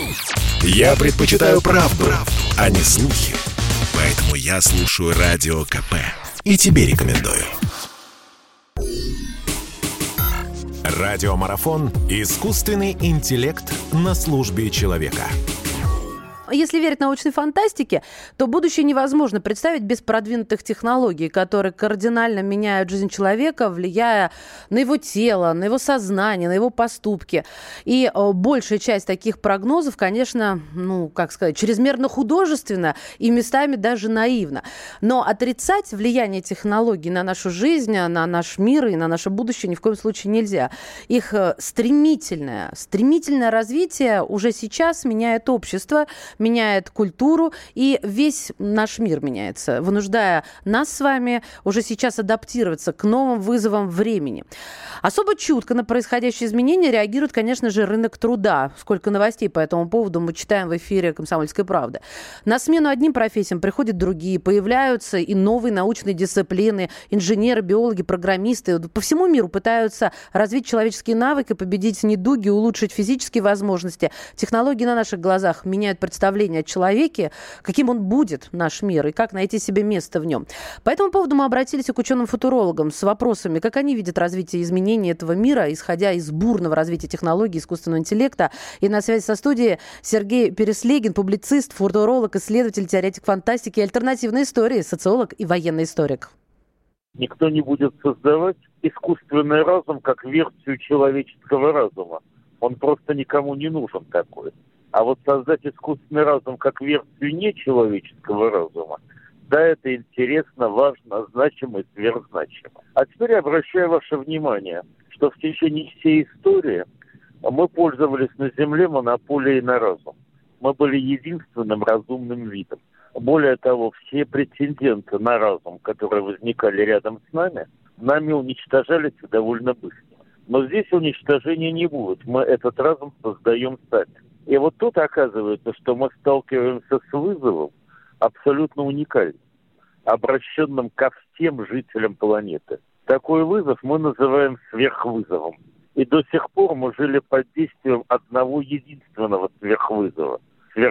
Я предпочитаю правду, а не слухи. Поэтому я слушаю Радио КП. И тебе рекомендую. Радиомарафон «Искусственный интеллект на службе человека». Если верить научной фантастике, то будущее невозможно представить без продвинутых технологий, которые кардинально меняют жизнь человека, влияя на его тело, на его сознание, на его поступки. И большая часть таких прогнозов, конечно, чрезмерно художественна и местами даже наивна. Но отрицать влияние технологий на нашу жизнь, на наш мир и на наше будущее ни в коем случае нельзя. Их стремительное развитие уже сейчас меняет общество, меняет культуру, и весь наш мир меняется, вынуждая нас с вами уже сейчас адаптироваться к новым вызовам времени. Особо чутко на происходящие изменения реагирует, конечно же, рынок труда. Сколько новостей по этому поводу мы читаем в эфире «Комсомольской правды». На смену одним профессиям приходят другие, появляются и новые научные дисциплины, инженеры, биологи, программисты. По всему миру пытаются развить человеческие навыки, победить недуги, улучшить физические возможности. Технологии на наших глазах меняют представление о человеке, каким он будет, наш мир, и как найти себе место в нем. По этому поводу мы обратились к ученым-футурологам с вопросами, как они видят развитие изменений этого мира, исходя из бурного развития технологий искусственного интеллекта. И на связи со студией Сергей Переслегин, публицист, футуролог, исследователь, теоретик фантастики и альтернативной истории, социолог и военный историк. Никто не будет создавать искусственный разум как версию человеческого разума. Он просто никому не нужен такой. А вот создать искусственный разум как версию нечеловеческого разума, да, это интересно, важно, значимо и сверхзначимо. А теперь обращаю ваше внимание, что в течение всей истории мы пользовались на Земле монополией на разум. Мы были единственным разумным видом. Более того, все претенденты на разум, которые возникали рядом с нами уничтожались довольно быстро. Но здесь уничтожения не будет. Мы этот разум создаем сами. И вот тут оказывается, что мы сталкиваемся с вызовом абсолютно уникальным, обращенным ко всем жителям планеты. Такой вызов мы называем сверхвызовом. И до сих пор мы жили под действием одного единственного сверхвызова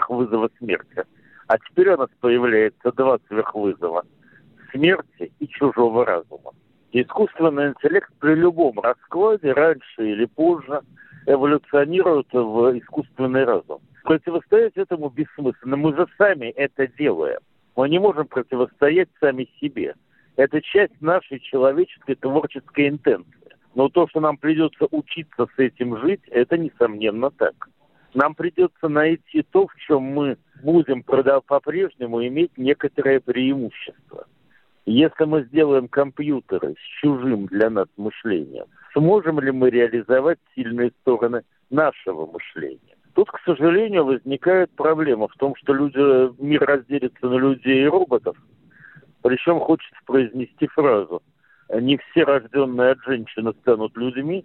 смерти. А теперь у нас появляется два сверхвызова – смерти и чужого разума. Искусственный интеллект при любом раскладе, раньше или позже, эволюционируют в искусственный разум. Противостоять этому бессмысленно. Мы же сами это делаем. Мы не можем противостоять сами себе. Это часть нашей человеческой творческой интенции. Но то, что нам придется учиться с этим жить, это несомненно так. Нам придется найти то, в чем мы будем по-прежнему иметь некоторое преимущество. Если мы сделаем компьютеры с чужим для нас мышлением, сможем ли мы реализовать сильные стороны нашего мышления? Тут, к сожалению, возникает проблема в том, что мир разделится на людей и роботов. Причем хочется произнести фразу: не все рожденные от женщины станут людьми,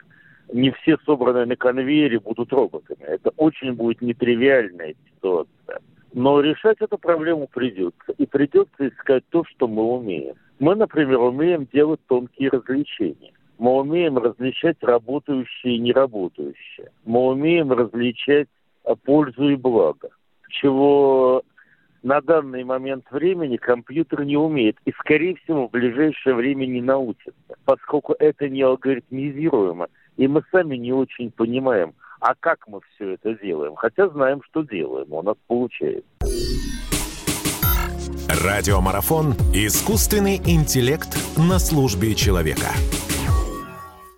не все собранные на конвейере будут роботами. Это очень будет нетривиальная ситуация. Но решать эту проблему придется. И придется искать то, что мы умеем. Мы, например, умеем делать тонкие развлечения. Мы умеем различать работающее и неработающее. Мы умеем различать пользу и благо. Чего на данный момент времени компьютер не умеет. И, скорее всего, в ближайшее время не научится. Поскольку это не алгоритмизируемо. И мы сами не очень понимаем, а как мы все это делаем. Хотя знаем, что делаем. У нас получается. Радиомарафон «Искусственный интеллект на службе человека».